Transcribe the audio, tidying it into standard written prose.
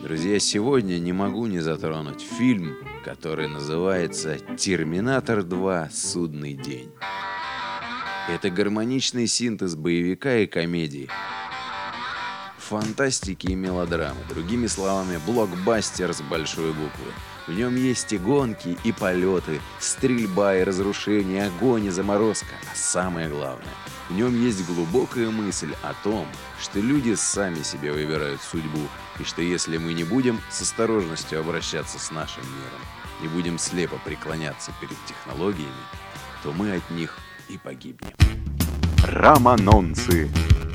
Друзья, сегодня не могу не затронуть фильм, который называется «Терминатор 2. Судный день». Это гармоничный синтез боевика и комедии, фантастики и мелодрамы. Другими словами, блокбастер с большой буквы. В нем есть и гонки, и полеты, стрельба и разрушение, огонь и заморозка. А самое главное, в нем есть глубокая мысль о том, что люди сами себе выбирают судьбу, и что если мы не будем с осторожностью обращаться с нашим миром, не будем слепо преклоняться перед технологиями, то мы от них и погибнем. Романонцы.